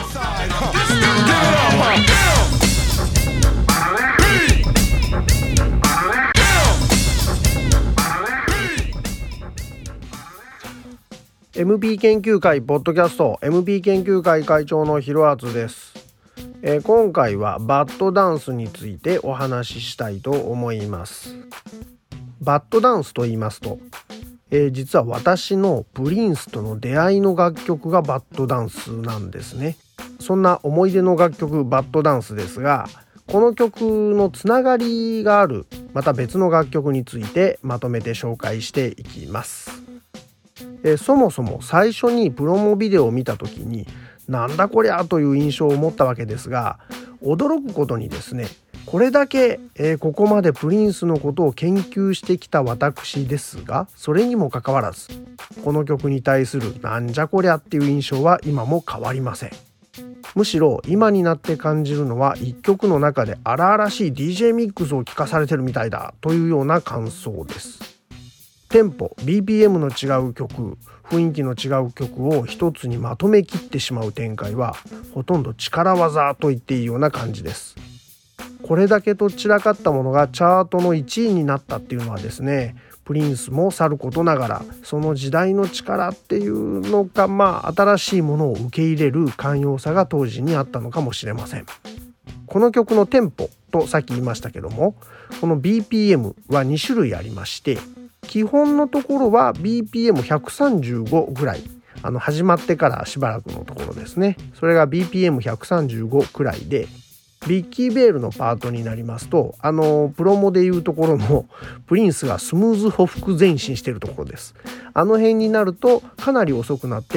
MP 研究会ポッドキャスト MP 研究会会長のひろあつです。今回はバッドダンスについてお話ししたいと思います。バッドダンスと言いますと、実は私のプリンスとの出会いの楽曲がバッドダンスなんですね。そんな思い出の楽曲バッドダンスですが、この曲のつながりがあるまた別の楽曲についてまとめて紹介していきます。そもそも最初にプロモビデオを見た時になんだこりゃという印象を持ったわけですが、驚くことにですね、これだけ、ここまでプリンスのことを研究してきた私ですが、それにもかかわらずこの曲に対するなんじゃこりゃっていう印象は今も変わりません。むしろ今になって感じるのは、一曲の中で荒々しい DJ ミックスを聴かされてるみたいだというような感想です。テンポ、BPM の違う曲、雰囲気の違う曲を一つにまとめきってしまう展開はほとんど力技と言っていいような感じです。これだけと散らかったものがチャートの1位になったっていうのはですね、プリンスもさることながらその時代の力っていうのか、新しいものを受け入れる寛容さが当時にあったのかもしれません。この曲のテンポとさっき言いましたけども、この BPM は2種類ありまして、基本のところは BPM135 ぐらい、始まってからしばらくのところですね。それが BPM135 くらいで、ビッキー・ベールのパートになりますと、プロモでいうところのプリンスがスムーズ歩幅前進しているところです。あの辺になるとかなり遅くなって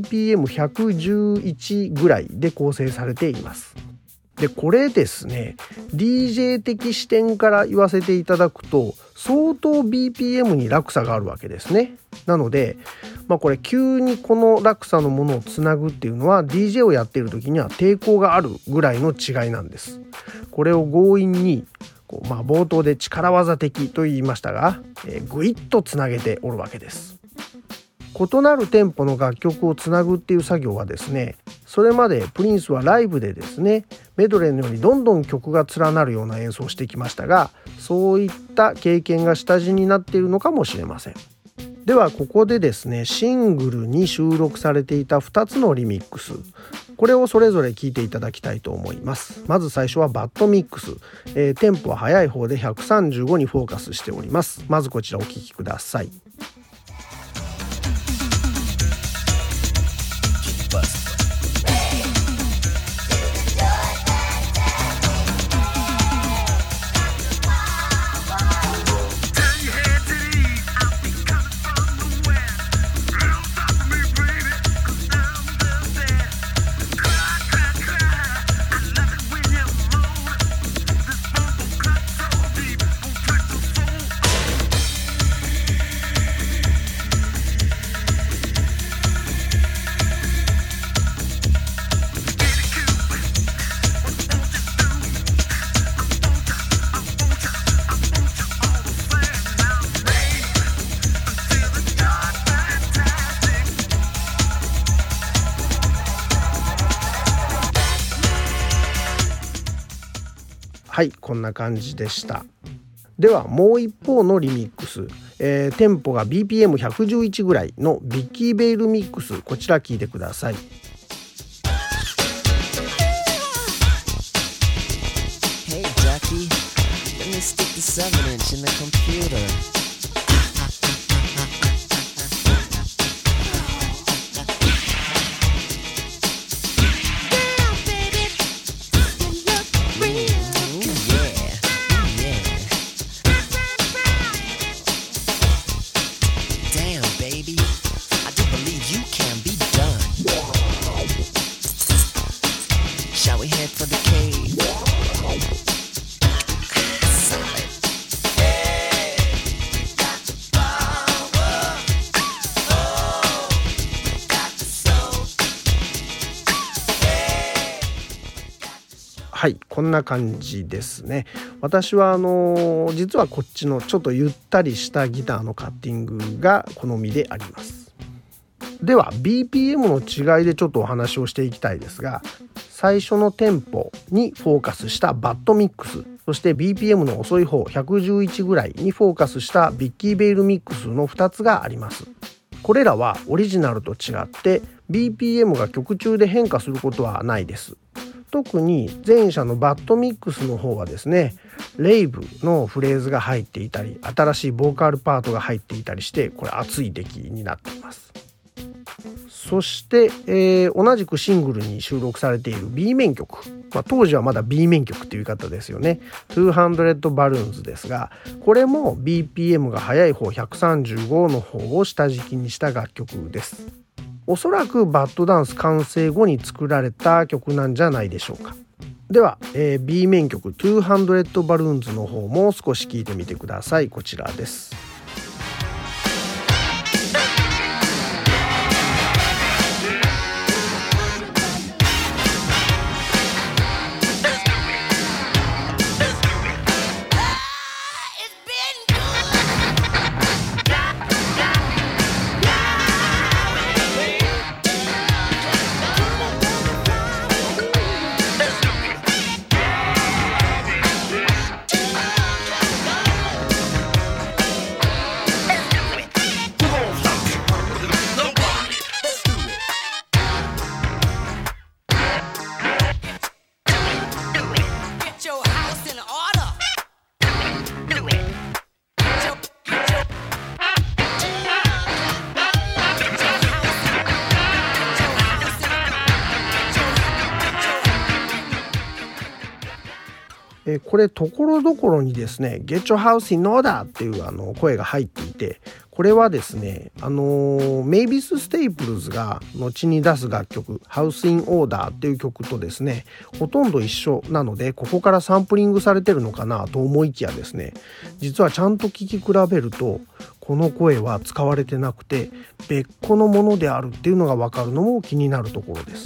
BPM111 ぐらいで構成されています。でこれですね、 DJ 的視点から言わせていただくと相当 BPM に落差があるわけですね。なので、これ急にこの落差のものをつなぐっていうのは DJ をやっている時には抵抗があるぐらいの違いなんです。これを強引に冒頭で力技的と言いましたが、ぐいっとつなげておるわけです。異なるテンポの楽曲をつなぐっていう作業はですね、それまでプリンスはライブでですね、メドレーのようにどんどん曲が連なるような演奏をしてきましたが、そういった経験が下地になっているのかもしれません。ではここでですね、シングルに収録されていた2つのリミックス、これをそれぞれ聴いていただきたいと思います。まず最初はバッドミックス、テンポは速い方で135にフォーカスしております。まずこちらお聴きください。はい、こんな感じでした。ではもう一方のリミックス、テンポが BPM111 ぐらいのビッキー・ベイルミックス、こちら聴いてください。 Hey Jackie, let me stick the 7-inch in the computer. Shall we head for the cave? Solid. Hey, got the power. Oh, got the soul. Hey, got the soul. はい、こんな感じですね。私は実はこっちのちょっとゆったりしたギターのカッティングが好みであります。 では BPM の違いでちょっとお話をしていきたいですが、最初のテンポにフォーカスしたバッドミックス、そして BPM の遅い方111ぐらいにフォーカスしたビッキーベイルミックスの2つがあります。これらはオリジナルと違って BPM が曲中で変化することはないです。特に前者のバッドミックスの方はですね、レイブのフレーズが入っていたり、新しいボーカルパートが入っていたりして、これ熱い出来になっています。そして、同じくシングルに収録されている B 面曲、当時はまだ B 面曲っていう言い方ですよね。200 Balloons ですが、これも BPM が速い方135の方を下敷きにした楽曲です。おそらくバッドダンス完成後に作られた曲なんじゃないでしょうか。では、B 面曲200 Balloons の方も少し聴いてみてください。こちらです。これところどころにですね Get your house in order っていう声が入っていて、これはですねメイビス・ステイプルズが後に出す楽曲 House in Order っていう曲とですねほとんど一緒なので、ここからサンプリングされてるのかなと思いきやですね、実はちゃんと聴き比べるとこの声は使われてなくて別個のものであるっていうのが分かるのも気になるところです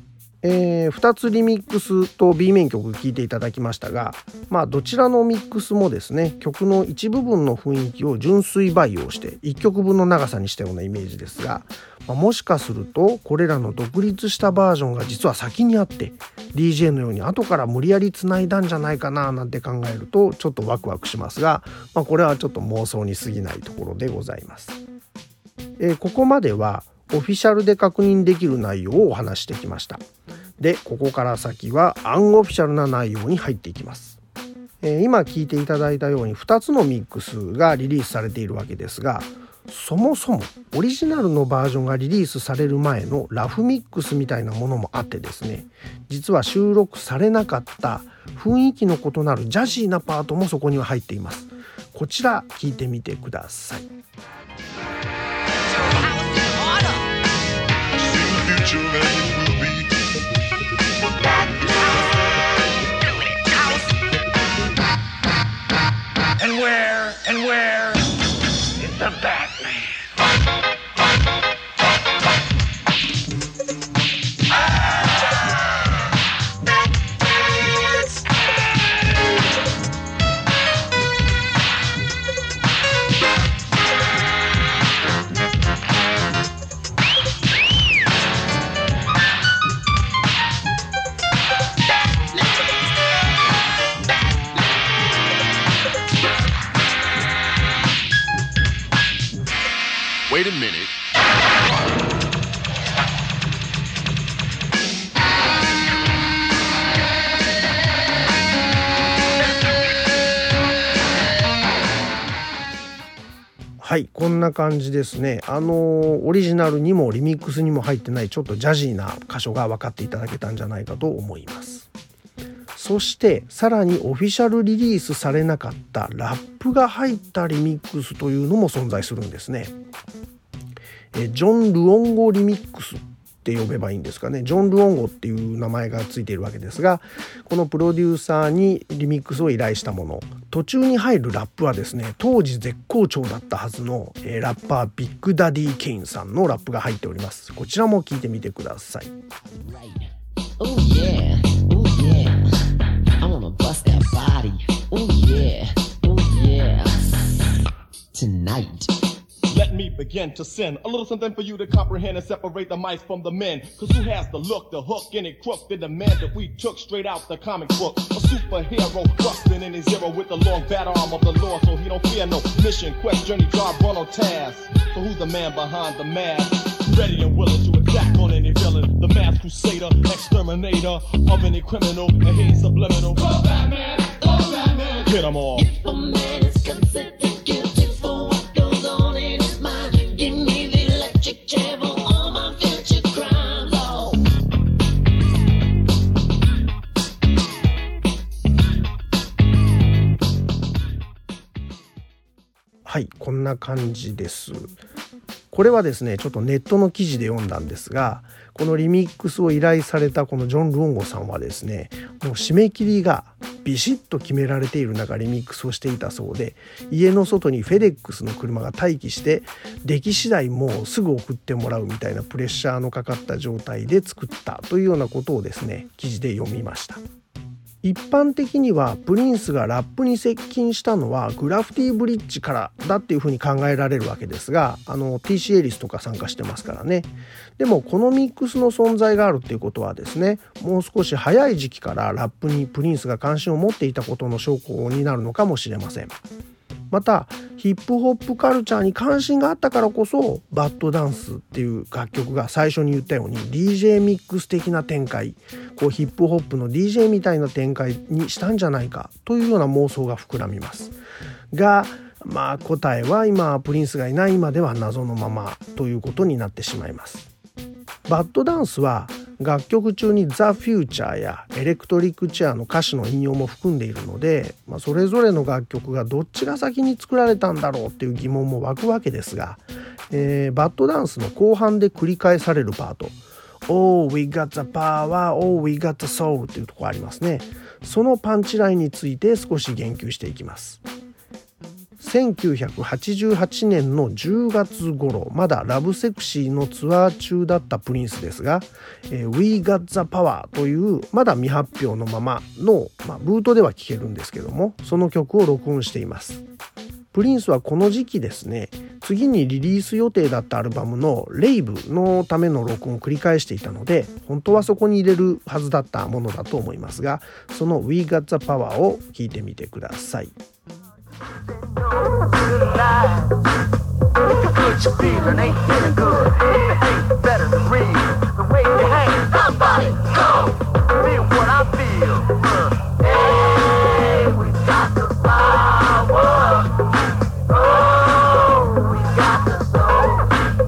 。2つリミックスと B 面曲聴いていただきましたが、どちらのミックスもですね曲の一部分の雰囲気を純粋培養して1曲分の長さにしたようなイメージですが、もしかするとこれらの独立したバージョンが実は先にあって DJ のように後から無理やり繋いだんじゃないかななんて考えるとちょっとワクワクしますが、これはちょっと妄想に過ぎないところでございます。ここまではオフィシャルで確認できる内容をお話してきました。で、ここから先はアンオフィシャルな内容に入っていきます。今聞いていただいたように2つのミックスがリリースされているわけですが、そもそもオリジナルのバージョンがリリースされる前のラフミックスみたいなものもあってですね、実は収録されなかった雰囲気の異なるジャジーなパートもそこには入っています。こちら聞いてみてください。 And where is the Batman? Wait a minute. はい、こんな感じですね。オリジナルにもリミックスにも入ってないちょっとジャジーな箇所が分かっていただけたんじゃないかと思います。そしてさらにオフィシャルリリースされなかったラップが入ったリミックスというのも存在するんですね。ジョン・ルオンゴリミックスって呼べばいいんですかね。ジョン・ルオンゴっていう名前がついているわけですが、このプロデューサーにリミックスを依頼したもの、途中に入るラップはですね、当時絶好調だったはずのラッパービッグダディ・ケインさんのラップが入っております。こちらも聞いてみてください。 Oh yeah, oh yeah, I wanna bust that body. Oh yeah, oh yeah, tonight. Let me begin to sin. A little something for you to comprehend and separate the mice from the men. Cause who has the look, the hook, any crook, the demand that we took straight out the comic book. A superhero busting in his zero with the long battle arm of the law, so he don't fear no mission, quest, journey, job, run on task. So who's the man behind the mask? Ready and willing to attack on any villain. The masked crusader, exterminator of any criminal, and he's subliminal. Go Batman, go Batman, get 'em all. If a man is considered guilty for what goes on in his mind, give me the electric chair for all my future crimes. Oh. はい、こんな感じです。これはですね、ちょっとネットの記事で読んだんですが、このリミックスを依頼されたこのジョン・ルオンゴさんはですね、もう締め切りがビシッと決められている中リミックスをしていたそうで、家の外にフェデックスの車が待機して出来次第もうすぐ送ってもらうみたいなプレッシャーのかかった状態で作ったというようなことをですね、記事で読みました。一般的にはプリンスがラップに接近したのはグラフィティブリッジからだっていうふうに考えられるわけですが、TC エリスとか参加してますからね。でもこのミックスの存在があるっていうことはですね、もう少し早い時期からラップにプリンスが関心を持っていたことの証拠になるのかもしれません。またヒップホップカルチャーに関心があったからこそバッドダンスっていう楽曲が最初に言ったように DJ ミックス的な展開、こうヒップホップの DJ みたいな展開にしたんじゃないかというような妄想が膨らみますが、答えは今プリンスがいない今では謎のままということになってしまいます。バッドダンスは楽曲中にザ・フューチャーやエレクトリックチェアの歌詞の引用も含んでいるので、それぞれの楽曲がどっちが先に作られたんだろうっていう疑問も湧くわけですが、バッドダンスの後半で繰り返されるパート Oh we got the power, oh we got the soul っていうところありますね。そのパンチラインについて少し言及していきます。1988年の10月頃、まだラブセクシーのツアー中だったプリンスですが、We Got the Power というまだ未発表のままの、ブートでは聴けるんですけども、その曲を録音しています。プリンスはこの時期ですね、次にリリース予定だったアルバムのレイブのための録音を繰り返していたので、本当はそこに入れるはずだったものだと思いますが、その We Got the Power を聴いてみてください。 Good you feeling ain't feeling good. If it ain't better than real, the way you hang, somebody go feel what I feel. Hey, we got the power. Oh, we got the soul.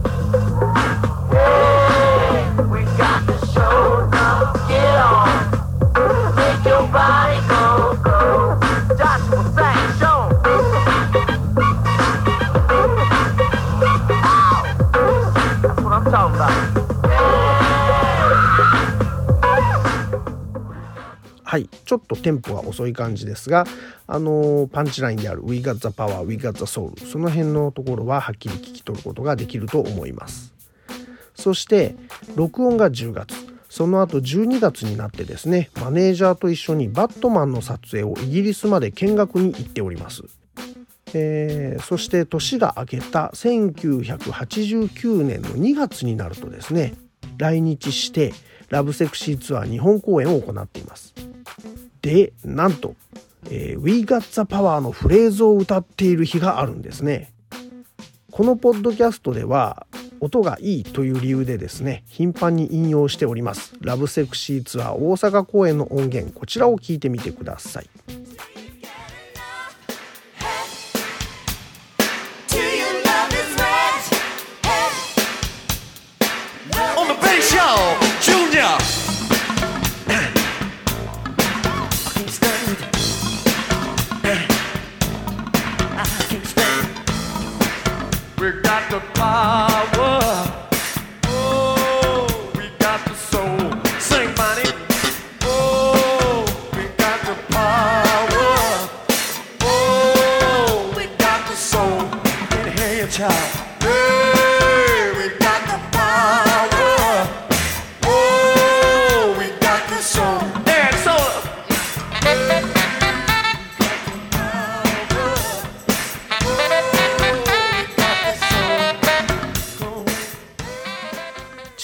Hey, we got the show. Now get on, make your body go, go. Joshua sang, show. Talking about. はい、ちょっとテンポが遅い感じですが、パンチラインである We got the power, we got the soul、 その辺のところははっきり聞き取ることができると思います。そして録音が10月、その後12月になってですね、マネージャーと一緒にバットマンの撮影をイギリスまで見学に行っております。そして年が明けた1989年の2月になるとですね、来日してラブセクシーツアー日本公演を行っています。で、なんと、We Got the Power のフレーズを歌っている日があるんですね。このポッドキャストでは音がいいという理由でですね、頻繁に引用しておりますラブセクシーツアー大阪公演の音源、こちらを聞いてみてください。 We got the power. Oh, we got the soul. Sing, Bonnie. Oh, we got the power.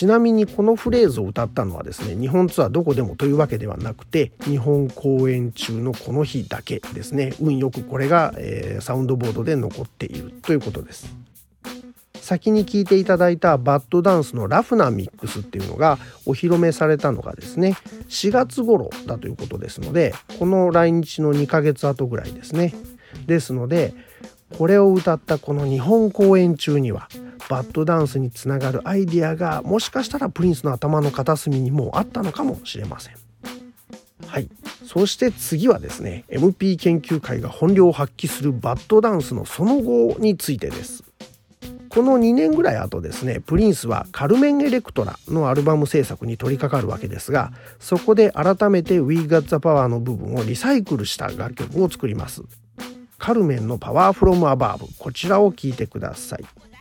ちなみにこのフレーズを歌ったのはですね、日本ツアーどこでもというわけではなくて、日本公演中のこの日だけですね。運よくこれが、サウンドボードで残っているということです。先に聴いていただいたバッドダンスのラフなミックスっていうのがお披露目されたのがですね、4月頃だということですので、この来日の2ヶ月後ぐらいですね。ですので、これを歌ったこの日本公演中にはバッドダンスにつながるアイディアがもしかしたらプリンスの頭の片隅にもあったのかもしれません。はい、そして次はですね、 MP 研究会が本領を発揮するバッドダンスのその後についてです。この2年ぐらい後ですね、プリンスはカルメン・エレクトラのアルバム制作に取り掛かるわけですが、そこで改めて We Got the Power の部分をリサイクルした楽曲を作ります。カルメンの Power from Above、 こちらを聴いてください。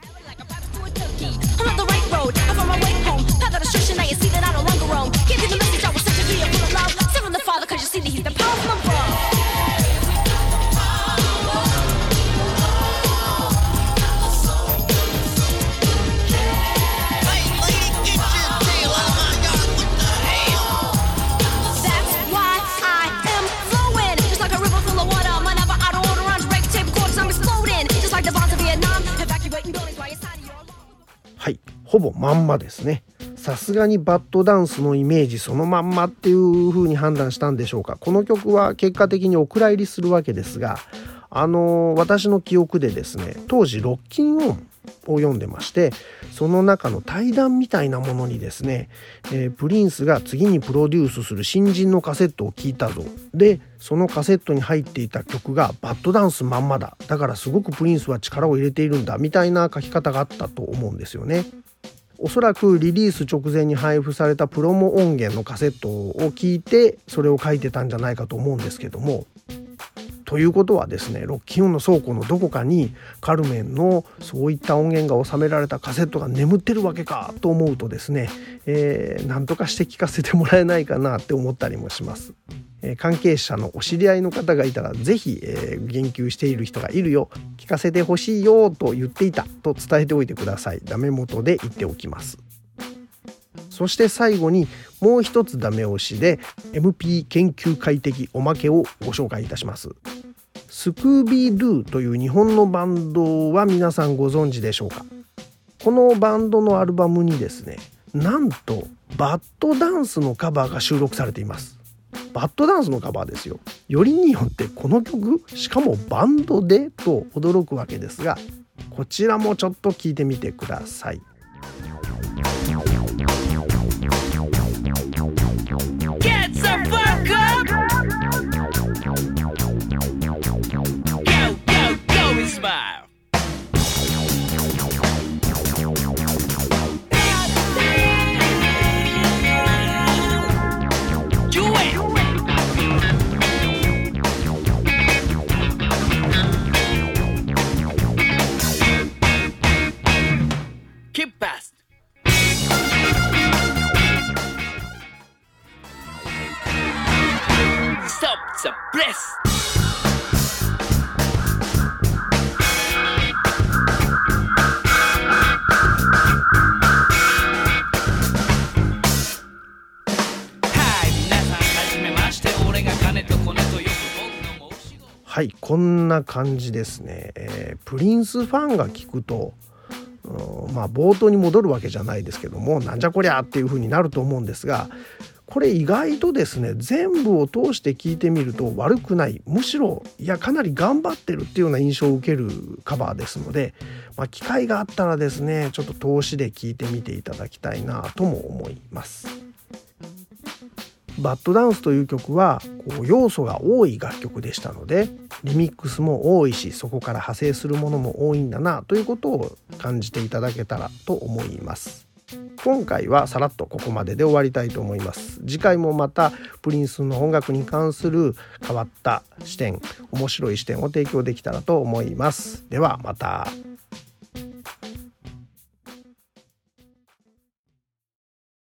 はい、ほぼまんまですね。さすがにバッドダンスのイメージそのまんまっていう風に判断したんでしょうか。この曲は結果的にお蔵入りするわけですが、私の記憶でですね、当時ロッキンオンを読んでまして、その中の対談みたいなものにですね、プリンスが次にプロデュースする新人のカセットを聴いたぞ、でそのカセットに入っていた曲がバッドダンスまんまだ、だからすごくプリンスは力を入れているんだみたいな書き方があったと思うんですよね。おそらくリリース直前に配布されたプロモ音源のカセットを聞いてそれを書いてたんじゃないかと思うんですけども、ということはですね、ロッキンオンの倉庫のどこかにカルメンのそういった音源が収められたカセットが眠ってるわけかと思うとですね、なんとかして聞かせてもらえないかなって思ったりもします。関係者のお知り合いの方がいたらぜひ、言及している人がいるよ、聞かせてほしいよと言っていたと伝えておいてください。ダメ元で言っておきます。そして最後にもう一つダメ押しで MP 研究会的おまけをご紹介いたします。スクービードゥという日本のバンドは皆さんご存知でしょうか。このバンドのアルバムにですね、なんとバッドダンスのカバーが収録されています。バッドダンスのカバーですよ。よりによってこの曲、しかもバンドでと驚くわけですが、こちらもちょっと聞いてみてください。 Get the fuck up! Go, go, go and smile! Do it! Keep fast! Stop the bliss! Hi, 皆さんはじめまして。俺が金とコネとよく僕の申し子。 はい、こんな感じですね。プリンスファンが聞くと、冒頭に戻るわけじゃないですけども、なんじゃこりゃっていう風になると思うんですが、これ意外とですね、全部を通して聞いてみると悪くない、むしろかなり頑張ってるっていうような印象を受けるカバーですので、機会があったらですね、ちょっと通しで聞いてみていただきたいなとも思います。バッドダンスという曲は要素が多い楽曲でしたので、リミックスも多いし、そこから派生するものも多いんだなということを感じていただけたらと思います。今回はさらっとここまでで終わりたいと思います。次回もまたプリンスの音楽に関する変わった視点、面白い視点を提供できたらと思います。ではまた。